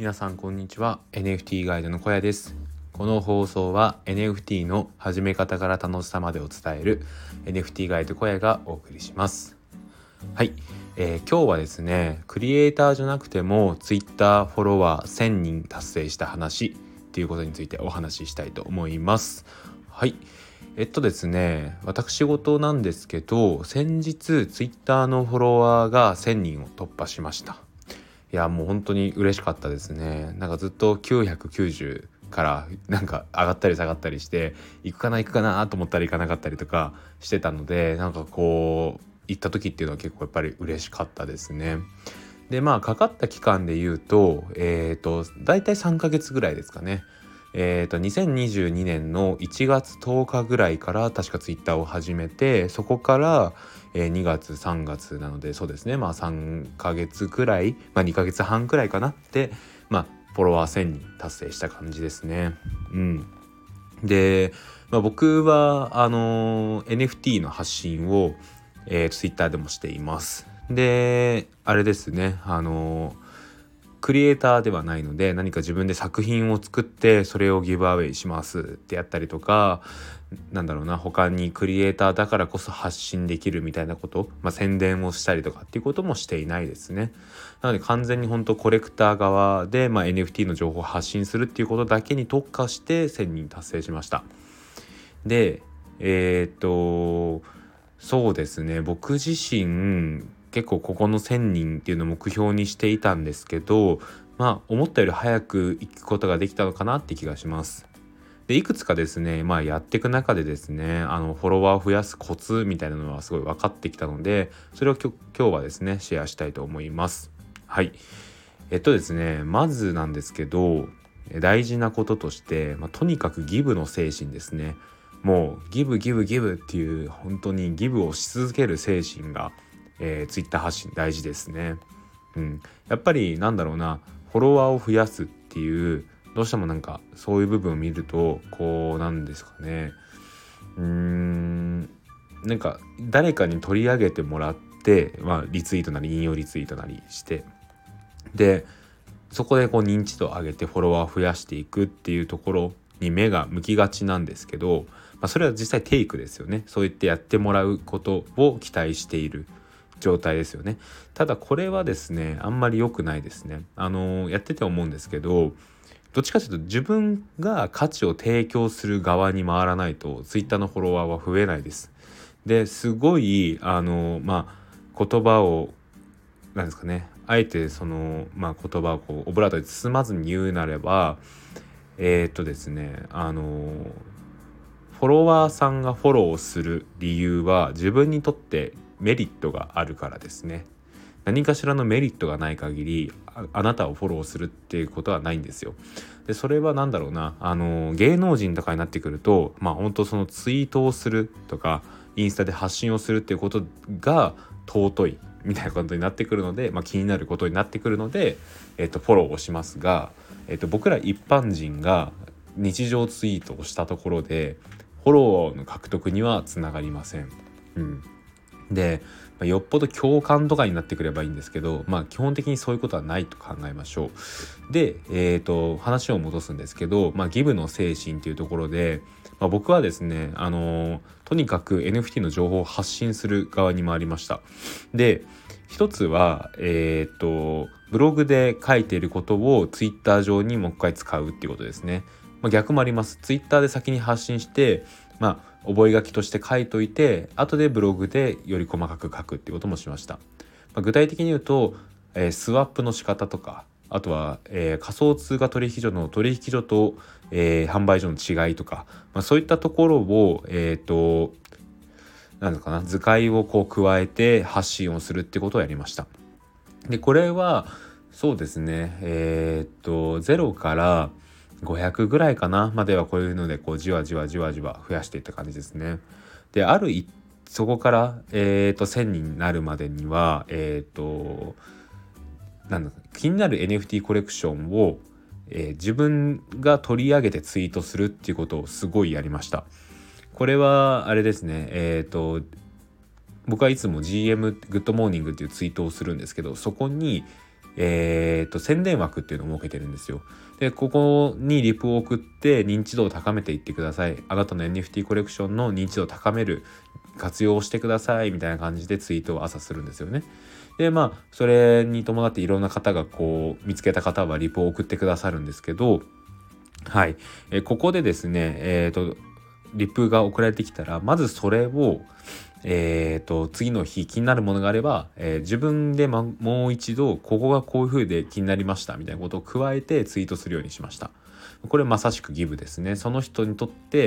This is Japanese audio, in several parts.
皆さんこんにちは。 NFT ガイドの小屋です。この放送は NFT の始め方から楽しさまでを伝える NFT ガイド小屋がお送りします。はい、今日はですね、クリエイターじゃなくても Twitter フォロワー1000人達成した話っていうことについてお話ししたいと思います。はい、ですね、私事なんですけど、先日 Twitter のフォロワーが1000人を突破しました。いや、もう本当に嬉しかったですね。なんかずっと990からなんか上がったり下がったりして、行くかな行くかなと思ったら行かなかったりとかしてたので、なんかこう行った時っていうのは結構やっぱり嬉しかったですね。で、かかった期間で言うとだいたい3ヶ月ぐらいですかね。2022年の1月10日ぐらいから確かツイッターを始めて、そこから2月3月なので、そうですね、3ヶ月くらい、2ヶ月半くらいかなって、フォロワー1000人達成した感じですね。で、僕はNFT の発信をツイッターでもしています。で、あれですね、クリエイターではないので、何か自分で作品を作ってそれをギブアウェイしますってやったりとか、他にクリエイターだからこそ発信できるみたいなこと、宣伝をしたりとかっていうこともしていないですね。なので完全に本当コレクター側で、NFT の情報を発信するっていうことだけに特化して1000人達成しました。で、そうですね、僕自身結構ここの1000人っていうのを目標にしていたんですけど、思ったより早く行くことができたのかなって気がします。で、いくつかですね、やっていく中でですね、フォロワーを増やすコツみたいなのはすごい分かってきたので、それを今日はですねシェアしたいと思います。はい、ですね、まずなんですけど、大事なこととして、とにかくギブの精神ですね。もうギブギブギブっていう、本当にギブをし続ける精神が、ツイッター発信大事ですね。やっぱりフォロワーを増やすっていう、どうしてもそういう部分を見ると誰かに取り上げてもらって、リツイートなり引用リツイートなりして、でそこで認知度を上げてフォロワーを増やしていくっていうところに目が向きがちなんですけど、それは実際テイクですよね。そう言ってやってもらうことを期待している状態ですよね。ただこれはですね、あんまり良くないですね。やってて思うんですけど、どっちかというと自分が価値を提供する側に回らないとツイッターのフォロワーは増えないです。で、すごい言葉をあえて言葉をオブラートで包まずに言うなれば、ですね、フォロワーさんがフォローする理由は自分にとってメリットがあるからですね。何かしらのメリットがない限り あなたをフォローするっていうことはないんですよ。で、それは芸能人とかになってくると、本当そのツイートをするとかインスタで発信をするっていうことが尊いみたいなことになってくるので、気になることになってくるので、フォローをしますが、僕ら一般人が日常ツイートをしたところでフォローの獲得にはつながりません。で、よっぽど共感とかになってくればいいんですけど、基本的にそういうことはないと考えましょう。で、話を戻すんですけど、ギブの精神っていうところで、僕はですね、とにかく NFT の情報を発信する側に回りました。で、一つはブログで書いていることをツイッター上にもう一回使うっていうことですね。逆もあります。ツイッターで先に発信して、覚書きとして書いといて、後でブログでより細かく書くっていうこともしました。具体的に言うと、スワップの仕方とか、あとは、仮想通貨取引所の取引所と、販売所の違いとか、そういったところを図解を加えて発信をするってことをやりました。で、これはそうですね、0から500ぐらいかなまではこういうのでじわじわじわじわ増やしていった感じですね。で、そこから、1000になるまでには気になる NFT コレクションを、自分が取り上げてツイートするっていうことをすごいやりました。これはあれですね、僕はいつも GM グッドモーニングっていうツイートをするんですけど、そこに宣伝枠っていうのを設けてるんですよ。でここにリプを送って認知度を高めていってください、あなたの NFT コレクションの認知度を高める活用をしてくださいみたいな感じでツイートを朝するんですよね。でそれに伴っていろんな方がこう見つけた方はリプを送ってくださるんですけど、はい、ここでですねリプが送られてきたらまずそれを次の日気になるものがあれば、自分で、もう一度ここがこういう風で気になりましたみたいなことを加えてツイートするようにしました。これまさしくギブですね。その人にとって、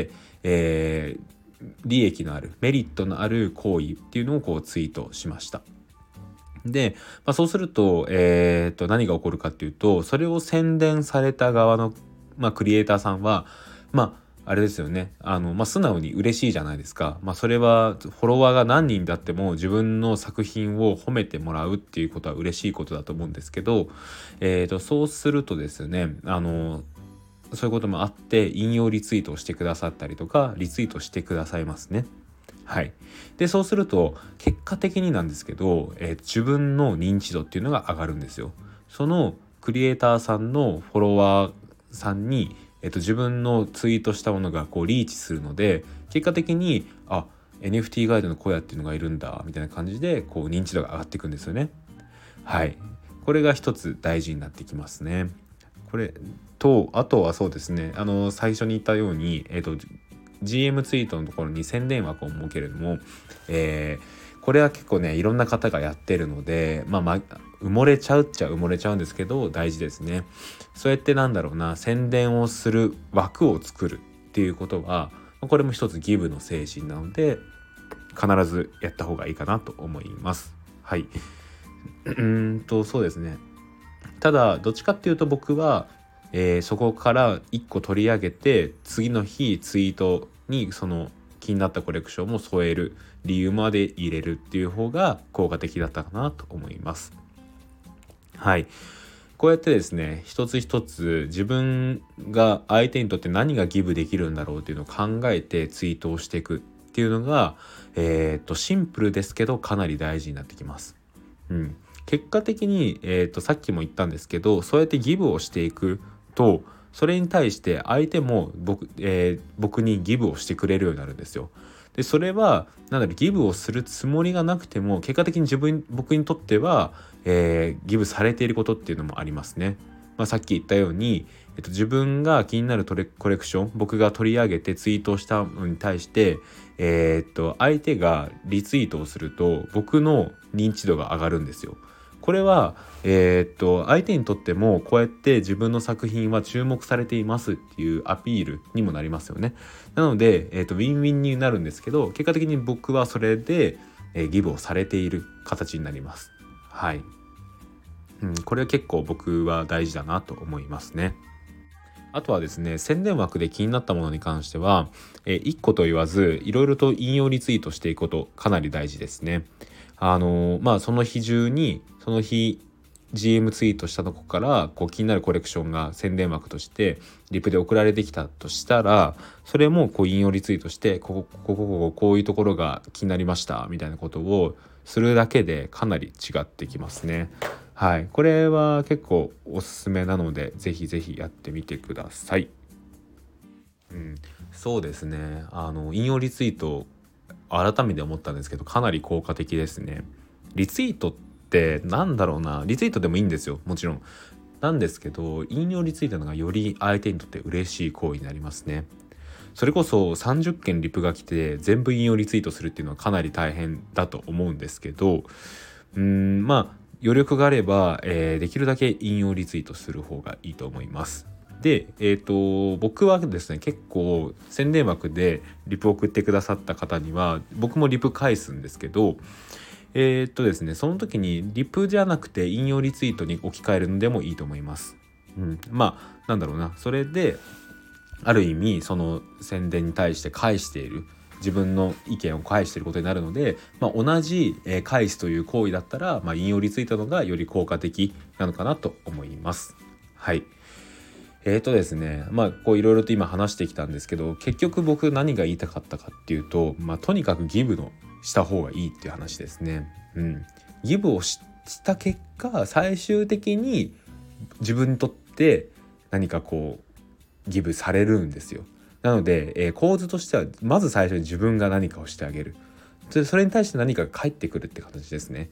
利益のあるメリットのある行為っていうのをこうツイートしました。で、そうすると、何が起こるかっていうと、それを宣伝された側の、クリエイターさんはあれですよね。素直に嬉しいじゃないですか。それはフォロワーが何人だっても自分の作品を褒めてもらうっていうことは嬉しいことだと思うんですけど、そうするとですね、そういうこともあって引用リツイートをしてくださったりとか、リツイートしてくださいますね。はい。で、そうすると結果的になんですけど、自分の認知度っていうのが上がるんですよ。そのクリエイターさんのフォロワーさんに自分のツイートしたものがこうリーチするので、結果的にNFT ガイドの小屋っていうのがいるんだみたいな感じでこう認知度が上がっていくんですよね。はい、これが一つ大事になってきますね。これとあとはそうですね、最初に言ったようにGM ツイートのところに宣伝枠を設けるのも、これは結構ねいろんな方がやってるので埋もれちゃうっちゃ埋もれちゃうんですけど大事ですね。そうやって宣伝をする枠を作るっていうことはこれも一つギブの精神なので必ずやった方がいいかなと思います。はい。そうですね。ただどっちかっていうと僕は、そこから1個取り上げて次の日ツイートにその気になったコレクションも添える理由まで入れるっていう方が効果的だったかなと思います。はい。こうやってですね一つ一つ自分が相手にとって何がギブできるんだろうっていうのを考えてツイートをしていくっていうのがシンプルですけどかなり大事になってきます。結果的に、さっきも言ったんですけどそうやってギブをしていくとそれに対して相手も僕にギブをしてくれるようになるんですよ。でそれはギブをするつもりがなくても結果的に僕にとっては、ギブされていることっていうのもありますね。さっき言ったように、自分が気になるコレクション僕が取り上げてツイートをしたのに対して、相手がリツイートをすると僕の認知度が上がるんですよ。これは、相手にとってもこうやって自分の作品は注目されていますっていうアピールにもなりますよね。なので、ウィンウィンになるんですけど結果的に僕はそれで、ギブをされている形になります。はい。これは結構僕は大事だなと思いますね。あとはですね宣伝枠で気になったものに関しては、1個と言わずいろいろと引用リツイートしていくことかなり大事ですね。その日中にその日 GM ツイートしたとこからこう気になるコレクションが宣伝枠としてリプで送られてきたとしたらそれもこう引用リツイートしてこういうところが気になりましたみたいなことをするだけでかなり違ってきますね。はい、これは結構おすすめなのでぜひぜひやってみてください。そうですね引用リツイート改めて思ったんですけどかなり効果的ですね。リツイートってリツイートでもいいんですよもちろんなんですけど引用リツイートのがより相手にとって嬉しい行為になりますね。それこそ30件リプが来て全部引用リツイートするっていうのはかなり大変だと思うんですけど余力があれば、できるだけ引用リツイートする方がいいと思います。で、僕はですね結構宣伝枠でリプ送ってくださった方には僕もリプ返すんですけどですねその時にリプじゃなくて引用リツイートに置き換えるのでもいいと思います。それである意味その宣伝に対して返している自分の意見を返していることになるので、同じ返すという行為だったら、引用リツイートのがより効果的なのかなと思います。はい。ですねこういろいろと今話してきたんですけど結局僕何が言いたかったかっていうと、とにかくギブのした方がいいっていう話ですね。ギブをしした結果最終的に自分にとって何かこうギブされるんですよ。なので、構図としてはまず最初に自分が何かをしてあげる、それに対して何かが返ってくるって形ですね。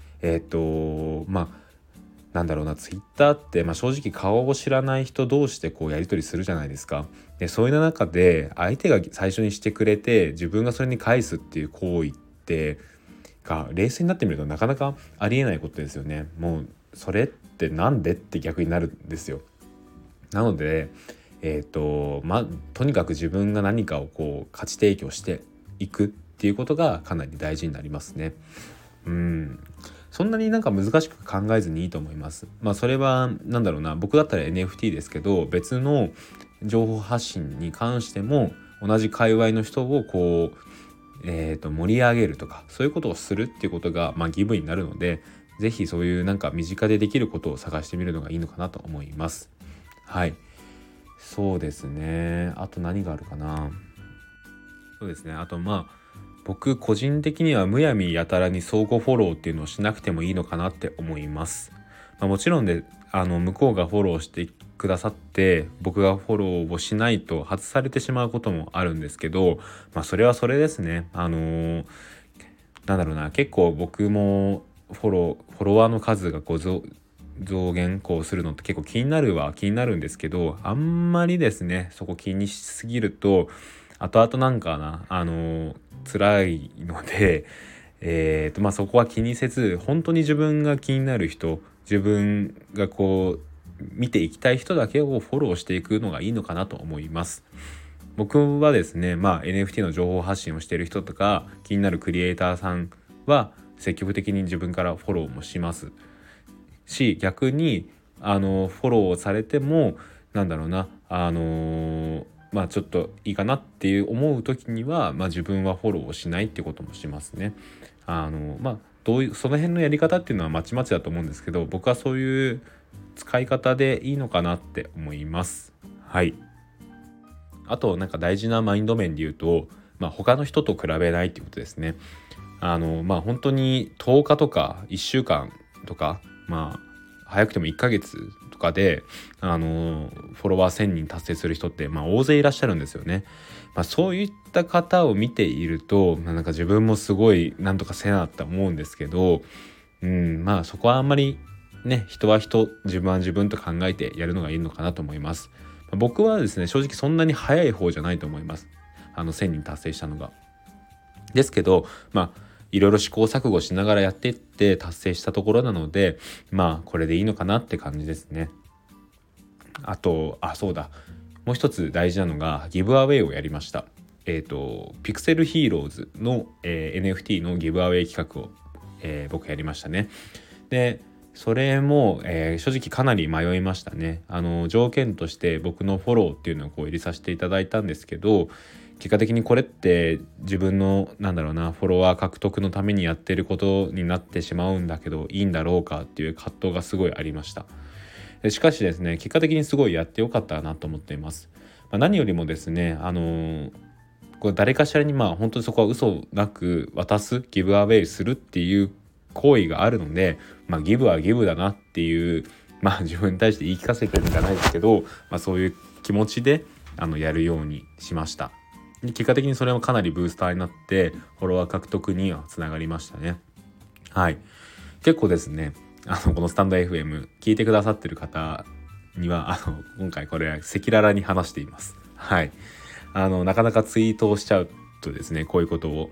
なんだろうな、ツイッターって、正直顔を知らない人同士でこうやり取りするじゃないですか。でそういう中で相手が最初にしてくれて自分がそれに返すっていう行為ってが冷静になってみるとなかなかありえないことですよね。もうそれってなんでって逆になるんですよ。なのでとにかく自分が何かをこう価値提供していくっていうことがかなり大事になりますね。そんなになんか難しく考えずにいいと思います。それはなんだろうな、僕だったら NFT ですけど、別の情報発信に関しても同じ界隈の人をこう、盛り上げるとかそういうことをするっていうことが、ギブになるので、ぜひそういうなんか身近でできることを探してみるのがいいのかなと思います。はい、そうですね。あと何があるかな。そうですね。あと僕個人的にはむやみやたらに相互フォローっていうのをしなくてもいいのかなって思います。もちろんで向こうがフォローしてくださって僕がフォローをしないと外されてしまうこともあるんですけど、それはそれですね。なんだろうな、結構僕もフォロワーの数がこう増減こうするのって結構気になるんですけど、あんまりですねそこ気にしすぎると後々なんか辛いので、そこは気にせず、本当に自分が気になる人、自分がこう見ていきたい人だけをフォローしていくのがいいのかなと思います。僕はですね、NFT の情報発信をしている人とか気になるクリエイターさんは積極的に自分からフォローもしますし、逆にフォローされてもなんだろうな、ちょっといいかなっていう思う時には、自分はフォローをしないっていうこともしますね。どういうその辺のやり方っていうのはまちまちだと思うんですけど、僕はそういう使い方でいいのかなって思います。はい。あとなんか大事なマインド面で言うと、他の人と比べないっていうことですね。本当に10日とか1週間とか、早くても1ヶ月とかでフォロワー1000人達成する人って大勢いらっしゃるんですよね。そういった方を見ていると、なんか自分もすごいなんとかせなって思うんですけど、そこはあんまりね、人は人、自分は自分と考えてやるのがいいのかなと思います。僕はですね、正直そんなに早い方じゃないと思います。1000人達成したのが。ですけど、いろいろ試行錯誤しながらやっていって達成したところなので、これでいいのかなって感じですね。あと、そうだ。もう一つ大事なのがギブアウェイをやりました。ピクセルヒーローズの、NFT のギブアウェイ企画を、僕やりましたね。で、それも、正直かなり迷いましたね。条件として僕のフォローっていうのをこう入れさせていただいたんですけど、結果的にこれって自分のフォロワー獲得のためにやってることになってしまうんだけど、いいんだろうかっていう葛藤がすごいありました。しかしですね、結果的にすごいやってよかったなと思っています。何よりもですね、これ誰かしらに本当にそこは嘘なく渡す、ギブアウェイするっていう行為があるので、ギブはギブだなっていう、自分に対して言い聞かせてるんじゃないですけど、そういう気持ちでやるようにしました。結果的にそれもかなりブースターになってフォロワー獲得にはつながりましたね。はい。結構ですね、このスタンド FM 聞いてくださってる方には今回これ赤裸々に話しています。はい。なかなかツイートをしちゃうとですね、こういうことを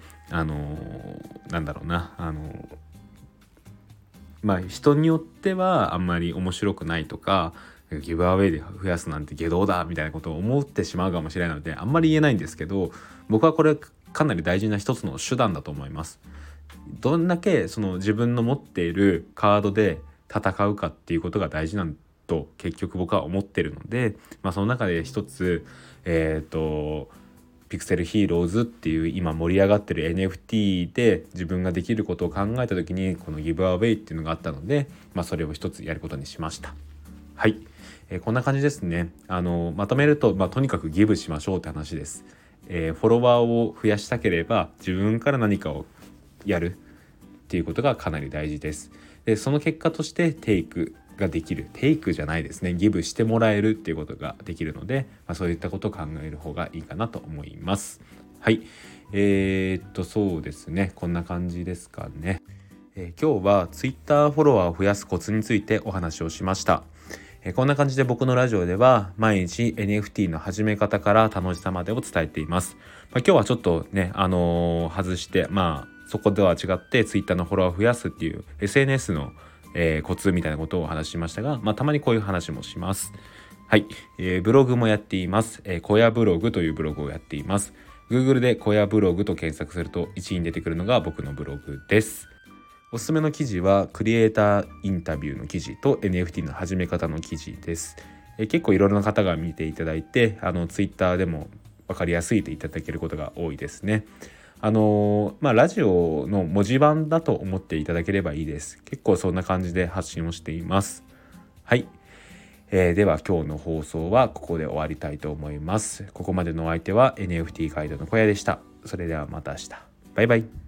人によってはあんまり面白くないとか、ギブアウェイで増やすなんて下道だみたいなことを思ってしまうかもしれないのであんまり言えないんですけど、僕はこれかなり大事な一つの手段だと思います。どんだけその自分の持っているカードで戦うかっていうことが大事なんと結局僕は思ってるので、その中で一つピクセルヒーローズっていう今盛り上がってる NFT で自分ができることを考えた時にこのギブアウェイっていうのがあったので、それを一つやることにしました。はい、こんな感じですね。まとめると、とにかくギブしましょうって話です。フォロワーを増やしたければ自分から何かをやるっっていうことがかなり大事です。でその結果としてテイクができる、テイクじゃないですね、ギブしてもらえるっていうことができるので、そういったことを考える方がいいかなと思います。はい、そうですね、こんな感じですかね。今日は Twitter フォロワーを増やすコツについてお話をしました。こんな感じで僕のラジオでは毎日 NFT の始め方から楽しさまでを伝えています。今日はちょっとね、外してそこでは違って Twitter のフォロワーを増やすっていう SNS の、コツみたいなことをお話ししましたが、たまにこういう話もします。はい、ブログもやっています。小屋ブログというブログをやっています。Google で小屋ブログと検索すると1位に出てくるのが僕のブログです。おすすめの記事はクリエイターインタビューの記事と NFT の始め方の記事です。結構いろいろな方が見ていただいて、Twitter でも分かりやすいといただけることが多いですね。ラジオの文字盤だと思っていただければいいです。結構そんな感じで発信をしています。はい、では今日の放送はここで終わりたいと思います。ここまでのお相手は NFT ガイドの小屋でした。それではまた明日。バイバイ。